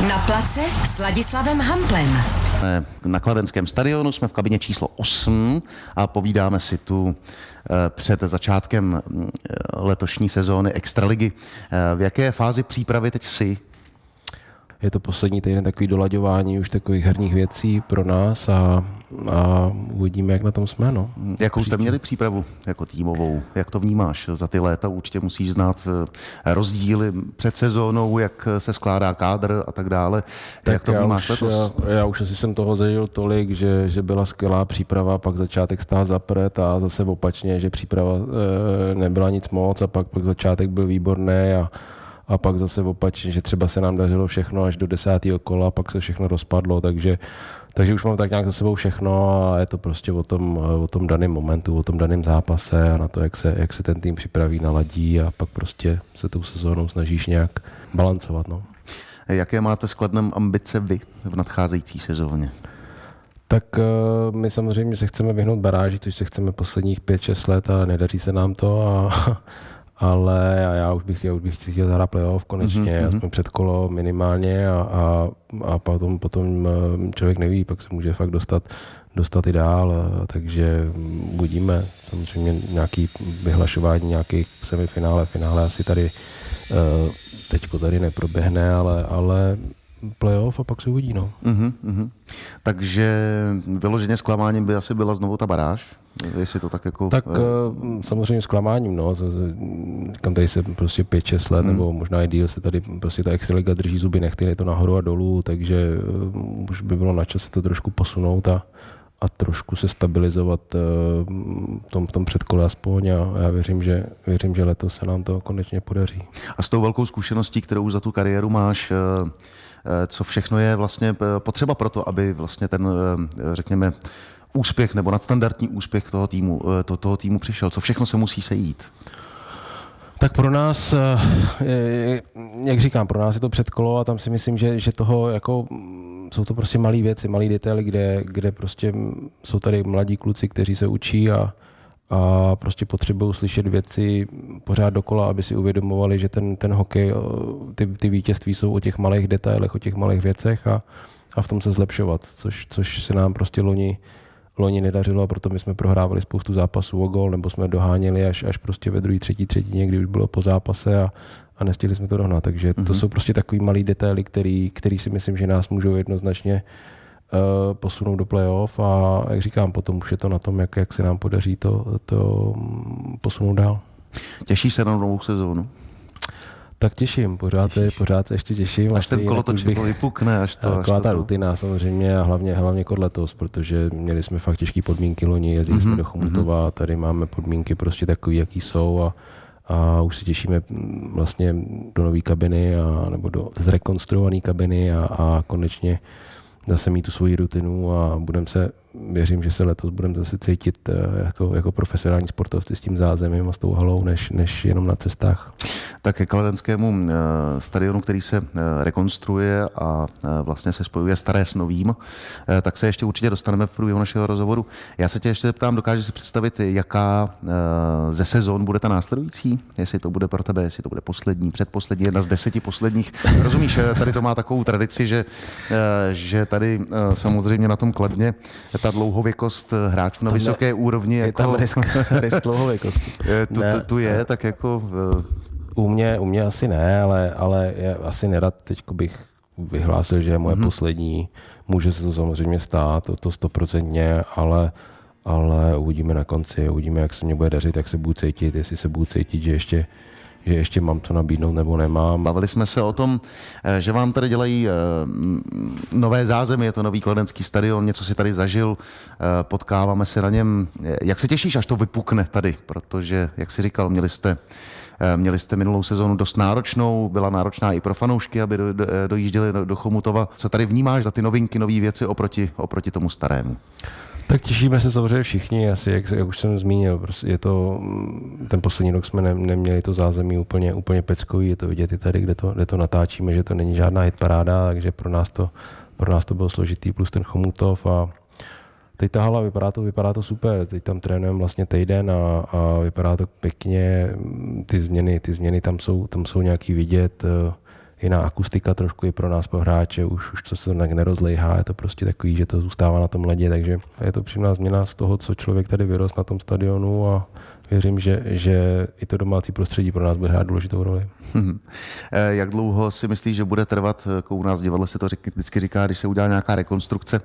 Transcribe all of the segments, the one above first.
Na place s Ladislavem Hamplem. Na Kladenském stadionu jsme v kabině číslo 8 a povídáme si tu před začátkem letošní sezóny Extraligy. V jaké fázi přípravy teď jsi? Je to poslední týden takový dolaďování už takových herních věcí pro nás a uvidíme, jak na tom jsme. No. Jakou jste měli přípravu jako týmovou? Jak to vnímáš? Za ty léta určitě musíš znát rozdíly před sezónou, jak se skládá kádr a tak dále. Tak jak to vnímáš letos? Já už asi jsem toho zažil tolik, že byla skvělá příprava, pak začátek stál zapřed a zase opačně, že příprava nebyla nic moc a pak začátek byl výborný a pak zase opačně, že třeba se nám dařilo všechno až do 10. kola, pak se všechno rozpadlo, takže už mám tak nějak za sebou všechno a je to prostě o tom daném momentu, o tom daném zápase a na to, jak se ten tým připraví, naladí a pak prostě se tou sezónou snažíš nějak balancovat. No. Jaké máte s Kladnem ambice vy v nadcházející sezóně? Tak my samozřejmě se chceme vyhnout baráži, což se chceme posledních 5-6 let, ale nedaří se nám to ale já už bych si chtěl zahrát playoff konečně, aspoň před kolo minimálně a potom člověk neví, pak se může fakt dostat i dál, takže budíme samozřejmě nějaký vyhlašování nějakých semifinále, finále asi tady teďko tady neproběhne, ale playoff a pak se uvidí, no. Takže vyloženě zklamáním by asi byla znovu ta baráž, jestli to tak jako... Tak samozřejmě zklamáním, no. Kam tady se prostě 5-6 let, nebo možná i díl se tady prostě ta Extraliga drží zuby nechty, je to nahoru a dolů, takže už by bylo na čase to trošku posunout a trošku se stabilizovat v tom předkole aspoň a já věřím, že letos se nám to konečně podaří. A s tou velkou zkušeností, kterou za tu kariéru máš, co všechno je vlastně potřeba pro to, aby vlastně ten, řekněme, úspěch nebo nadstandardní úspěch toho týmu přišel? Co všechno se musí sejít? Tak pro nás, jak říkám, pro nás je to předkolo a tam si myslím, že toho jako jsou to prostě malé věci, malé detaily, kde prostě jsou tady mladí kluci, kteří se učí a prostě potřebují slyšet věci pořád dokola, aby si uvědomovali, že ten hokej, ty vítězství jsou o těch malých detailech, o těch malých věcech a v tom se zlepšovat, což se nám prostě loni nedařilo a proto my jsme prohrávali spoustu zápasů o gól, nebo jsme doháněli až prostě ve druhé, třetí třetině, kdy už bylo po zápase a nestihli jsme to dohnat. Takže to jsou prostě takový malý detaily, který si myslím, že nás můžou jednoznačně posunout do playoff a jak říkám, potom už je to na tom, jak se nám podaří to posunout dál. Těšíš se na novou sezónu? Tak těším, pořád se ještě těším. Až ten kolotoč vypukne, až to... Taková ta rutina samozřejmě a hlavně jako letos, protože měli jsme fakt těžké podmínky loni, jezdili jsme do Chomutova, tady máme podmínky prostě takový, jaký jsou a už si těšíme vlastně do nové kabiny nebo do zrekonstruované kabiny a konečně zase mít tu svoji rutinu a věřím, že se letos budeme zase cítit jako profesionální sportovci s tím zázemím a s tou halou, než jenom na cestách. Tak ke Kladenskému stadionu, který se rekonstruuje a vlastně se spojuje staré s novým, tak se ještě určitě dostaneme v průběhu našeho rozhovoru. Já se tě ještě zeptám, dokážeš si představit, jaká ze sezon bude ta následující? Jestli to bude pro tebe, jestli to bude poslední, předposlední, jedna z 10 posledních. Rozumíš, tady to má takovou tradici, že tady samozřejmě na tom Kladně ta dlouhověkost hráčů na vysoké úrovni... Je tam risk dlouhověkosti. Tu je, tak jako... U mě asi ne, ale asi nerad teďko bych vyhlásil, že je moje poslední. Může se to samozřejmě stát, to 100%, ale uvidíme na konci, uvidíme, jak se mě bude dařit, jak se budu cítit, jestli se budu cítit, že ještě mám co nabídnout nebo nemám. Bavili jsme se o tom, že vám tady dělají nové zázemí, je to nový kladenský stadion, něco si tady zažil, potkáváme se na něm. Jak se těšíš, až to vypukne tady? Protože, jak jsi říkal, měli jste minulou sezónu dost náročnou, byla náročná i pro fanoušky, aby dojížděli do Chomutova. Co tady vnímáš za ty novinky, nové věci oproti tomu starému? Tak těšíme se samozřejmě všichni, asi jak už jsem zmínil, prostě je to, ten poslední rok jsme neměli to zázemí úplně peckový, je to vidět i tady, kde to natáčíme, že to není žádná hitparáda, takže pro nás to bylo složitý, plus ten Chomutov a teď ta hala vypadá to super, teď tam trénujeme vlastně týden a vypadá to pěkně, ty změny tam jsou nějaký vidět, jiná akustika trošku i pro nás, pro hráče, už to se tak nerozlejhá, je to prostě takový, že to zůstává na tom ledě, takže je to příjemná změna z toho, co člověk tady vyrost na tom stadionu a věřím, že i to domácí prostředí pro nás bude hrát důležitou roli. Jak dlouho si myslíš, že bude trvat, jako u nás v divadle se to vždycky říká, když se udělá nějaká rekonstrukce,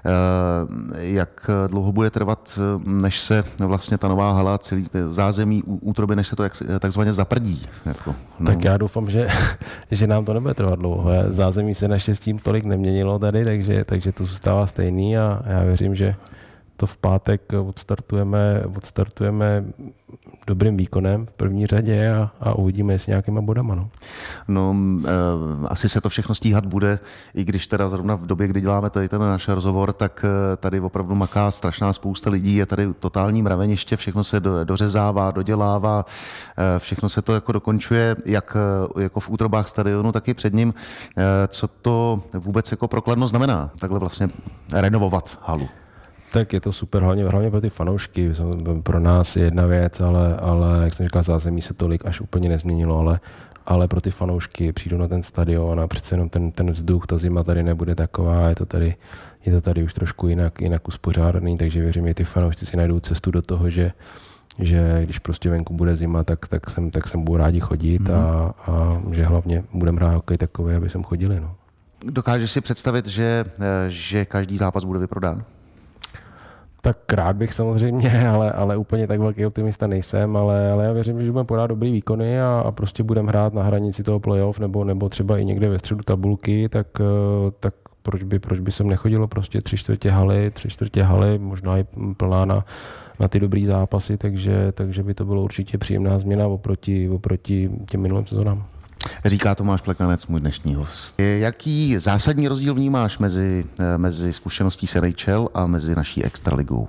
jak dlouho bude trvat, než se vlastně ta nová hala, celý zázemí, útroby, než se to takzvaně zaprdí? Jako, no. Tak já doufám, že nám to nebude trvat dlouho. Zázemí se naštěstí tolik neměnilo tady, takže to zůstává stejný a já věřím, že to v pátek odstartujeme dobrým výkonem v první řadě a uvidíme s nějakýma bodama. No, asi se to všechno stíhat bude, i když teda zrovna v době, kdy děláme tady ten náš rozhovor, tak tady opravdu maká strašná spousta lidí, je tady totální mraveniště, všechno se dořezává, dodělává, všechno se to jako dokončuje, jak jako v útrobách stadionu, tak i před ním. Co to vůbec jako pro Kladno znamená, takhle vlastně renovovat halu? Tak je to super, hlavně pro ty fanoušky. Pro nás je jedna věc, ale jak jsem říkal, zázemí se tolik až úplně nezměnilo, ale pro ty fanoušky přijdou na ten stadion a přece jenom ten vzduch, ta zima tady nebude taková, je to tady už trošku jinak uspořádaný, takže věřím, že ty fanoušci si najdou cestu do toho, že když prostě venku bude zima, tak sem budou rádi chodit a že hlavně budeme hrát hokej takový, aby sem chodili. No. Dokážeš si představit, že každý zápas bude vyprodán? Tak rád bych samozřejmě, ale úplně tak velký optimista nejsem, ale já věřím, že budeme podat dobrý výkony a prostě budeme hrát na hranici toho playoff nebo třeba i někde ve středu tabulky, tak proč by sem nechodilo prostě 3/4 haly, možná i plná na ty dobrý zápasy, takže by to bylo určitě příjemná změna oproti těm minulým sezónám. Říká Tomáš Plekanec, můj dnešní host. Jaký zásadní rozdíl vnímáš mezi zkušeností s NHL a mezi naší extraligou?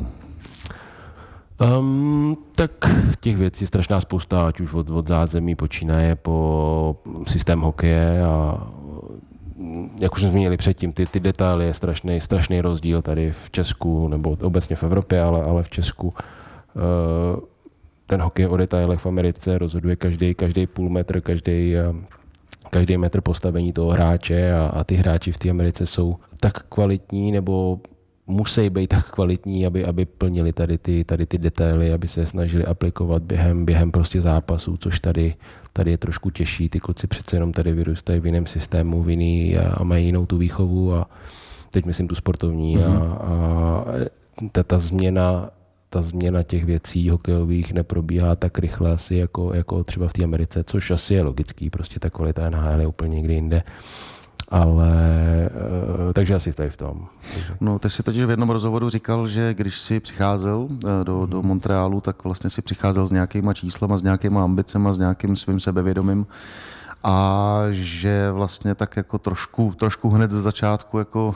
Tak těch věcí je strašná spousta, ať už od zázemí počínaje po systém hokeje a jak už jsme zmínili předtím, ty detaily je strašný rozdíl tady v Česku nebo obecně v Evropě, ale v Česku ten hokej o detailech v Americe rozhoduje každý půl metr, každý metr postavení toho hráče a ty hráči v té Americe jsou tak kvalitní nebo musí být tak kvalitní, aby plnili tady ty detaily, aby se snažili aplikovat během prostě zápasů, což tady je trošku těžší. Ty kluci přece jenom tady vyrůstají v jiném systému, a mají jinou tu výchovu a teď myslím tu sportovní a ta změna těch věcí hokejových neprobíhá tak rychle asi jako třeba v té Americe, což asi je logický, prostě ta kvalita NHL je úplně někde jinde. Ale takže asi tady v tom. No, ty jsi totiž v jednom rozhovoru říkal, že když jsi přicházel do Montrealu, tak vlastně si přicházel s nějakýma číslama, s nějakýma ambicema, s nějakým svým sebevědomím a že vlastně tak jako trošku hned ze začátku jako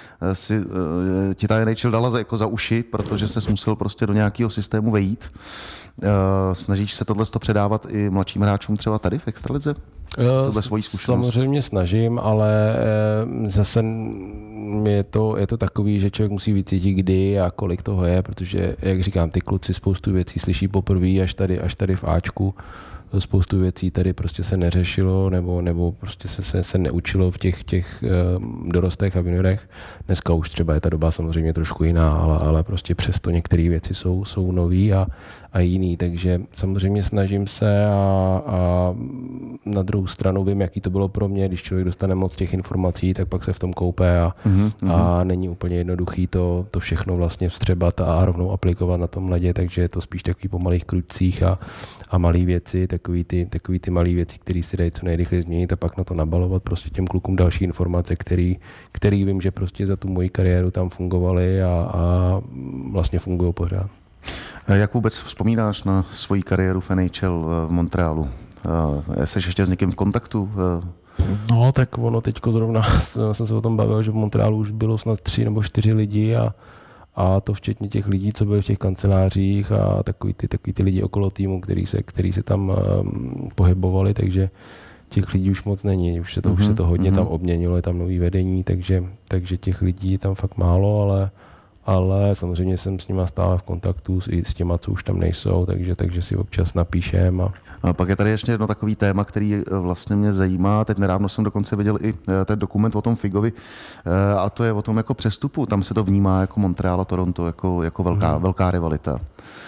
ti ta NHL dala jako za uši, protože ses musel prostě do nějakého systému vejít. Snažíš se tohleto předávat i mladším hráčům třeba tady v extralize? Tohle svoji zkušenost? Samozřejmě snažím, ale zase je to takový, že člověk musí vycítit, kdy a kolik toho je, protože, jak říkám, ty kluci spoustu věcí slyší poprvé až tady v Ačku. Spoustu věcí tady prostě se neřešilo nebo prostě se neučilo v těch dorostech a v juniorech. Dneska už třeba je ta doba samozřejmě trošku jiná, ale prostě přesto některé věci jsou nový a jiný, takže samozřejmě snažím se a na druhou stranu vím, jaký to bylo pro mě, když člověk dostane moc těch informací, tak pak se v tom koupe a není úplně jednoduchý to všechno vlastně vstřebat a rovnou aplikovat na tom ledě, takže je to spíš takový po malých kručcích a malý věci, takový ty malé věci, které si dají co nejrychleji změnit a pak na to nabalovat prostě těm klukům další informace, který vím, že prostě za tu moji kariéru tam fungovaly a vlastně fungují pořád. Jak vůbec vzpomínáš na svoji kariéru v NHL v Montrealu? Jsi ještě s někým v kontaktu? No, tak ono teďko zrovna jsem se o tom bavil, že v Montrealu už bylo snad 3 nebo 4 lidi a to včetně těch lidí, co byli v těch kancelářích a takový ty lidi okolo týmu, který se tam pohybovali, takže těch lidí už moc není, už se to hodně tam obměnilo, je tam nový vedení, takže těch lidí je tam fakt málo, ale samozřejmě jsem s nima stále v kontaktu i s těma, co už tam nejsou, takže si občas napíšem. A pak je tady ještě jedno takový téma, který vlastně mě zajímá. Teď nedávno jsem dokonce viděl i ten dokument o tom Figovi, a to je o tom jako přestupu. Tam se to vnímá jako Montreal a Toronto, jako velká rivalita.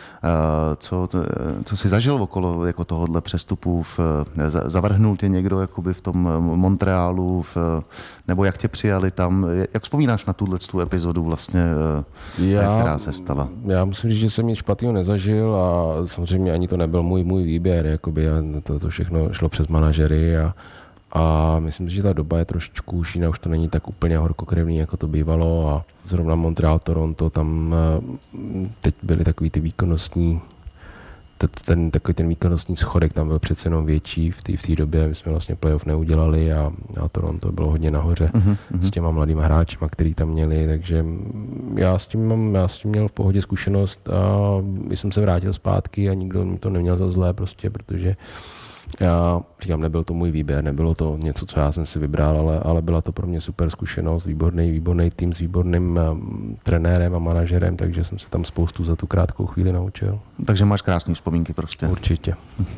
Co jsi zažil okolo jako tohohle přestupu? Zavrhnul tě někdo jakoby v tom Montrealu, nebo jak tě přijali tam? Jak vzpomínáš na tuto epizodu vlastně, která se stala? Já musím říct, že jsem nic špatného nezažil a samozřejmě ani to nebyl můj výběr. Jakoby, to všechno šlo přes manažery a myslím si, že ta doba je trošičku už jiná, už to není tak úplně horkokrevný, jako to bývalo a zrovna Montreal, Toronto, tam teď byly takový ty výkonnostní, takový ten výkonnostní schodek tam byl přece jenom větší v té době, my jsme vlastně playoff neudělali a Toronto bylo hodně nahoře s těma mladýma hráčima, který tam měli, takže já s tím měl v pohodě zkušenost a když jsem se vrátil zpátky a nikdo mi to neměl za zlé prostě, protože já říkám, nebyl to můj výběr, nebylo to něco, co já jsem si vybral, ale byla to pro mě super zkušenost, výborný tým s výborným trenérem a manažerem, takže jsem se tam spoustu za tu krátkou chvíli naučil. Takže máš krásné vzpomínky prostě. Určitě.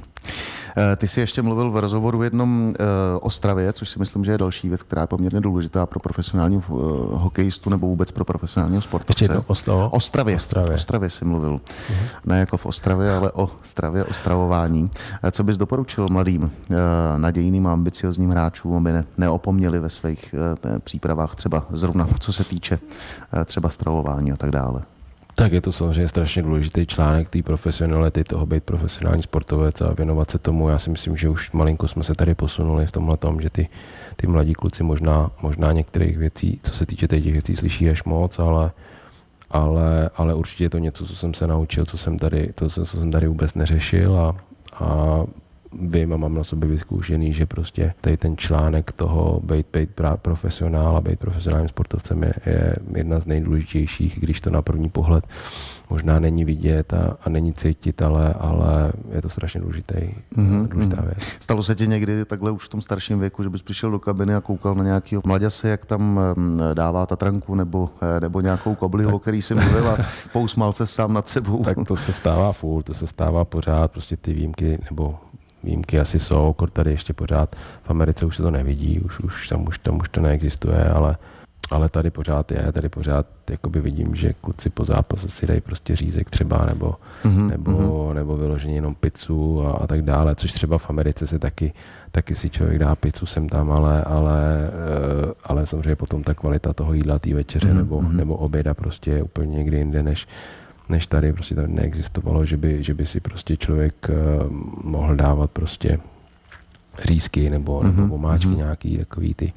Ty jsi ještě mluvil v rozhovoru jednom o Ostravě, což si myslím, že je další věc, která je poměrně důležitá pro profesionální hokejistu nebo vůbec pro profesionálního sportovce. Ještě to Ostravě jsi mluvil. Ne jako v Ostravě, ale o Ostravě, o stravování. Co bys doporučil mladým, nadějným a ambiciozním hráčům, aby neopomněli ve svých přípravách třeba zrovna co se týče třeba stravování a tak dále? Tak je to samozřejmě strašně důležitý článek té profesionality, toho být profesionální sportovec a věnovat se tomu. Já si myslím, že už malinko jsme se tady posunuli v tomhle tom, že ty mladí kluci možná některých věcí, co se týče těch věcí, slyší až moc, ale určitě je to něco, co jsem se naučil, co jsem tady vůbec neřešil a vím a mám na sobě vyzkoušený, že prostě tady ten článek toho být profesionál a být profesionálním sportovcem je jedna z nejdůležitějších, když to na první pohled možná není vidět a není cítit, ale je to strašně důležitá věc. Stalo se ti někdy takhle už v tom starším věku, že bys přišel do kabiny a koukal na nějakého mladěse, jak tam dává tatranku nebo nějakou kobli, o který si mluvil a pousmál se sám nad sebou? Tak to se stává furt, to se stává pořád, prostě ty výjimky asi jsou, tady ještě pořád v Americe už se to nevidí, už tam to neexistuje, ale tady pořád jakoby vidím, že kluci po zápase si dají prostě řízek třeba nebo vyloženě jenom pizzu a tak dále, což třeba v Americe se taky si člověk dá pizzu sem tam, ale samozřejmě potom ta kvalita toho jídla, té večeře nebo oběda prostě je úplně někde jinde než tady, prostě to neexistovalo, že by si prostě člověk mohl dávat prostě řízky nebo omáčky nějaký takový ty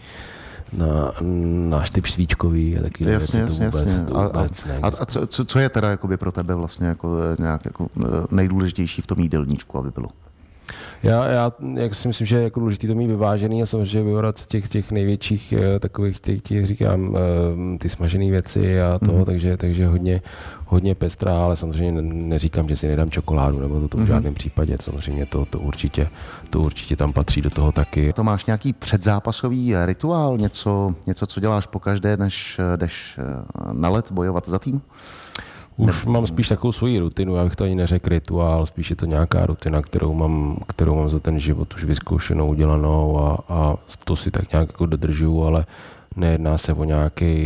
náš typ svíčkový a taky jasně, to vůbec a co je teda jakoby pro tebe vlastně jako nějak jako nejdůležitější v tom jídelníčku, aby bylo? Já si myslím, že je jako důležitý to mít vyvážený a samozřejmě vyvorat z těch největších takových těch říkám, ty smažené věci a to, takže hodně pestrá, ale samozřejmě neříkám, že si nedám čokoládu nebo to v žádném případě, samozřejmě to určitě tam patří do toho taky. To máš nějaký předzápasový rituál, něco, co děláš pokaždé, než jdeš na led bojovat za tým? Už mám spíš takovou svoji rutinu, já bych to ani neřekl rituál, spíš je to nějaká rutina, kterou mám za ten život už vyzkoušenou, udělanou a to si tak nějak jako dodržuju, ale nejedná se o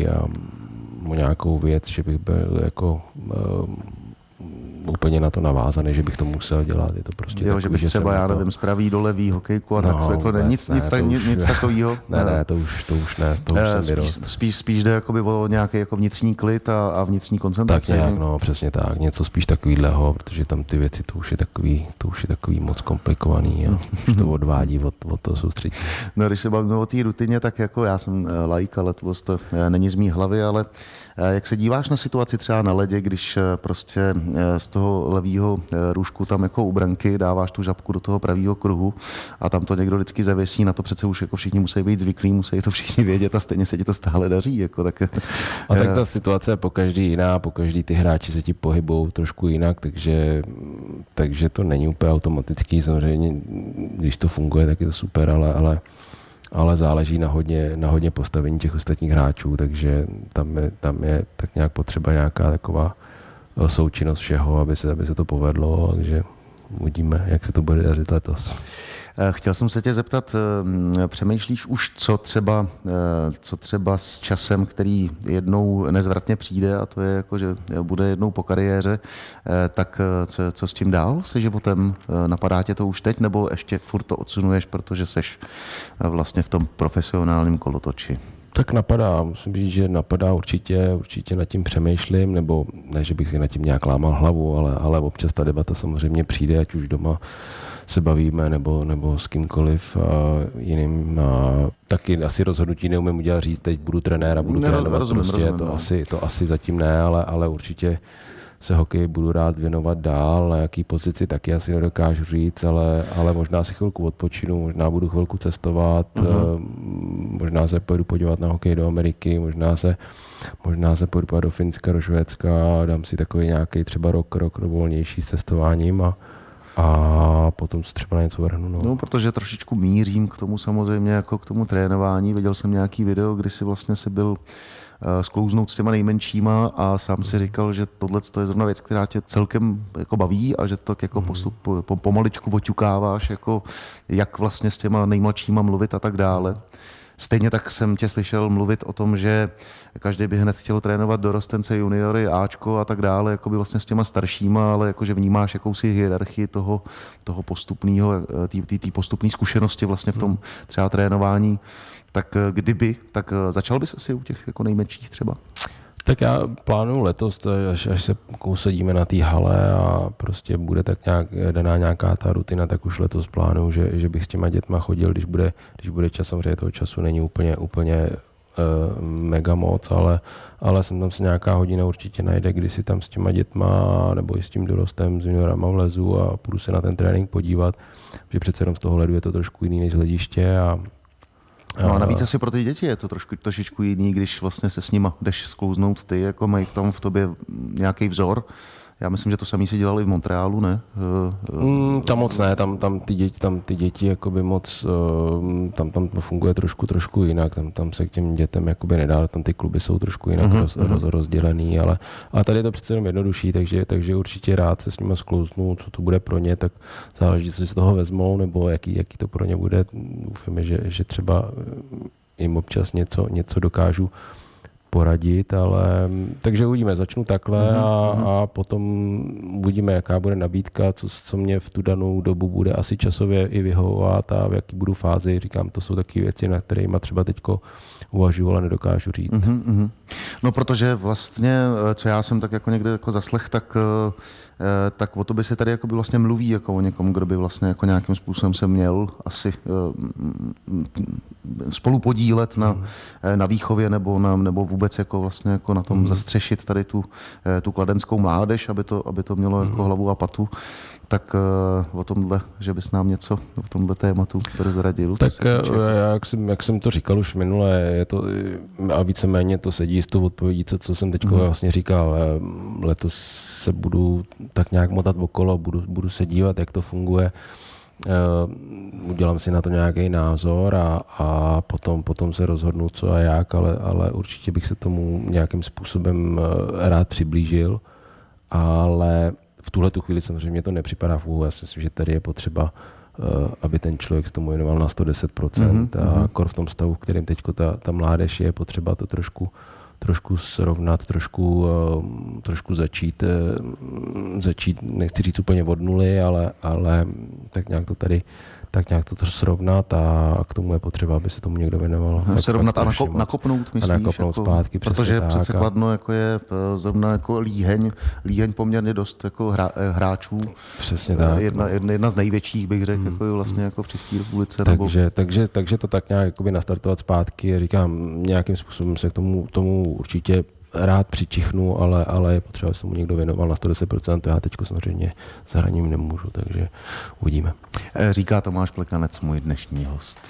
nějakou věc, že bych byl jako úplně na to navázaný, že bych to musel dělat. Je to prostě jo, takový, že bys třeba, já nevím, spraví do levý hokejku a tak, jako nic takového. Ne, to už ne, to už jsem vyrost. Spíš jde jakoby o nějaký jako vnitřní klid a vnitřní koncentraci. Tak nějak, no, přesně tak, něco spíš takovýhleho, protože tam ty věci, to už je takový moc komplikovaný, jo. Už to odvádí od toho soustředí. No, když se bavíme o té rutině, tak jako já jsem laik, ale to není z mý hlavy, ale jak se díváš na situaci třeba na ledě, když prostě z toho levýho růžku tam jako u branky dáváš tu žabku do toho pravýho kruhu a tam to někdo vždycky zavěsí, na to přece už jako všichni musí být zvyklí, musí to všichni vědět a stejně se ti to stále daří. Jako, tak... A tak ta situace je po každý jiná, po každý ty hráči se ti pohybou trošku jinak, takže to není úplně automatický, samozřejmě, když to funguje, tak je to super, ale záleží na hodně postavení těch ostatních hráčů, takže tam je tak nějak potřeba nějaká taková součinnost všeho, aby se to povedlo, takže uvidíme, jak se to bude dařit letos. Chtěl jsem se tě zeptat, přemýšlíš už, co třeba s časem, který jednou nezvratně přijde, a to je jako, že bude jednou po kariéře, tak co s tím dál se životem? Napadá tě to už teď, nebo ještě furt to odsunuješ, protože seš vlastně v tom profesionálním kolotoči? Tak napadá, musím říct, že napadá určitě nad tím přemýšlím, nebo ne, že bych si nad tím nějak lámal hlavu, ale občas ta debata samozřejmě přijde, ať už doma se bavíme, nebo s kýmkoliv jiným. Taky asi rozhodnutí neumím udělat říct, teď budu trenér a budu trénovat. Rozumím, to asi zatím ne, ale určitě se hokeji budu rád věnovat dál, na jaký pozici taky asi nedokážu říct, ale možná si chvilku odpočinu, možná budu chvilku cestovat, možná se pojedu podívat na hokej do Ameriky, možná se pojedu podívat do Finska, do Švédska, dám si takový nějaký třeba rok volnější s cestováním a potom se třeba na něco vrhnu. No, protože trošičku mířím k tomu samozřejmě, jako k tomu trénování. Viděl jsem nějaký video, kdy si vlastně se byl sklouznout s těma nejmenšíma a sám si říkal, že tohle je zrovna věc, která tě celkem jako baví a že to tak jako pomaličku oťukáváš, jako jak vlastně s těma nejmladšíma mluvit a tak dále. Stejně tak jsem tě slyšel mluvit o tom, že každý by hned chtěl trénovat dorostence, juniory, Ačko a tak dále, jako by vlastně s těma staršíma, ale jakože vnímáš jakousi hierarchii toho postupného, té postupné zkušenosti vlastně v tom třeba trénování. Tak tak začal bys asi u těch jako nejmenších třeba? Tak já plánuju letos, až se usadíme na té hale a prostě bude tak daná nějaká ta rutina, tak už letos plánuju, že bych s těma dětma chodil, když bude čas, samozřejmě toho času není úplně mega moc, ale jsem tam se nějaká hodina určitě najde, kdy si tam s těma dětma nebo i s tím dorostem, s juniorama vlezu a půjdu se na ten trénink podívat, že přece jenom z toho ledu je to trošku jiný než z hlediště No a navíc asi pro ty děti je to trošičku jiný, když vlastně se s nima jdeš sklouznout ty, jako mají tam v tobě nějaký vzor. Já myslím, že to samý si dělali v Montrealu, ne? Tam moc ne, tam ty děti jakoby moc, tam to funguje trošku jinak, tam se k těm dětem jakoby nedá, tam ty kluby jsou trošku jinak rozdělený, ale tady je to přece jenom jednodušší, takže určitě rád se s nimi sklouznu, co to bude pro ně, tak záleží, co si z toho vezmou, nebo jaký to pro ně bude. Doufáme, že třeba jim občas něco dokážu poradit, takže uvidíme, začnu takhle a potom uvidíme, jaká bude nabídka, co mě v tu danou dobu bude asi časově i vyhovovat a v jaký budu fázi. Říkám, to jsou taky věci, na kterými třeba teďko uvažuji, ale nedokážu říct. No, protože vlastně, co já jsem tak jako někde jako zaslech, tak o to by se tady jako by vlastně mluví jako o někom, kdo by vlastně jako nějakým způsobem se měl asi spolu podílet na výchově nebo vůbec jako vlastně jako na tom zastřešit tady tu kladenskou mládež, aby to mělo jako hlavu a patu. Tak o tomhle, že bys nám něco o tomhle tématu prozradil. Tak jak jsem to říkal už minule, je to, a víceméně to sedí s tou odpovědí, co jsem teď vlastně říkal. Letos se budu tak nějak motat okolo, budu se dívat, jak to funguje. Udělám si na to nějaký názor a potom se rozhodnu, co a jak, ale určitě bych se tomu nějakým způsobem rád přiblížil, ale v tuhle tu chvíli samozřejmě to nepřipadá v úvahu. Já si myslím, že tady je potřeba, aby ten člověk s tomu věnoval na 110% a akor v tom stavu, v kterém teď ta mládež je potřeba to trošku srovnat, trošku začít, nechci říct úplně od nuly, ale tak nějak to srovnat a k tomu je potřeba, aby se tomu někdo věnoval. Srovnat a nakopnout, myslíš? A nakopnout jako, zpátky, protože tak, přece Kladno jako je zrovna jako líheň poměrně dost jako hráčů. Přesně tak. Jedna z největších, bych řekl, jako vlastně jako v České republice. Takže to tak nějak jakoby nastartovat zpátky. Říkám, nějakým způsobem se k tomu určitě rád přičichnu, ale je potřeba, aby se mu někdo věnoval na 110%, já teď samozřejmě za hraním nemůžu, takže uvidíme. Říká Tomáš Plekanec, můj dnešní host.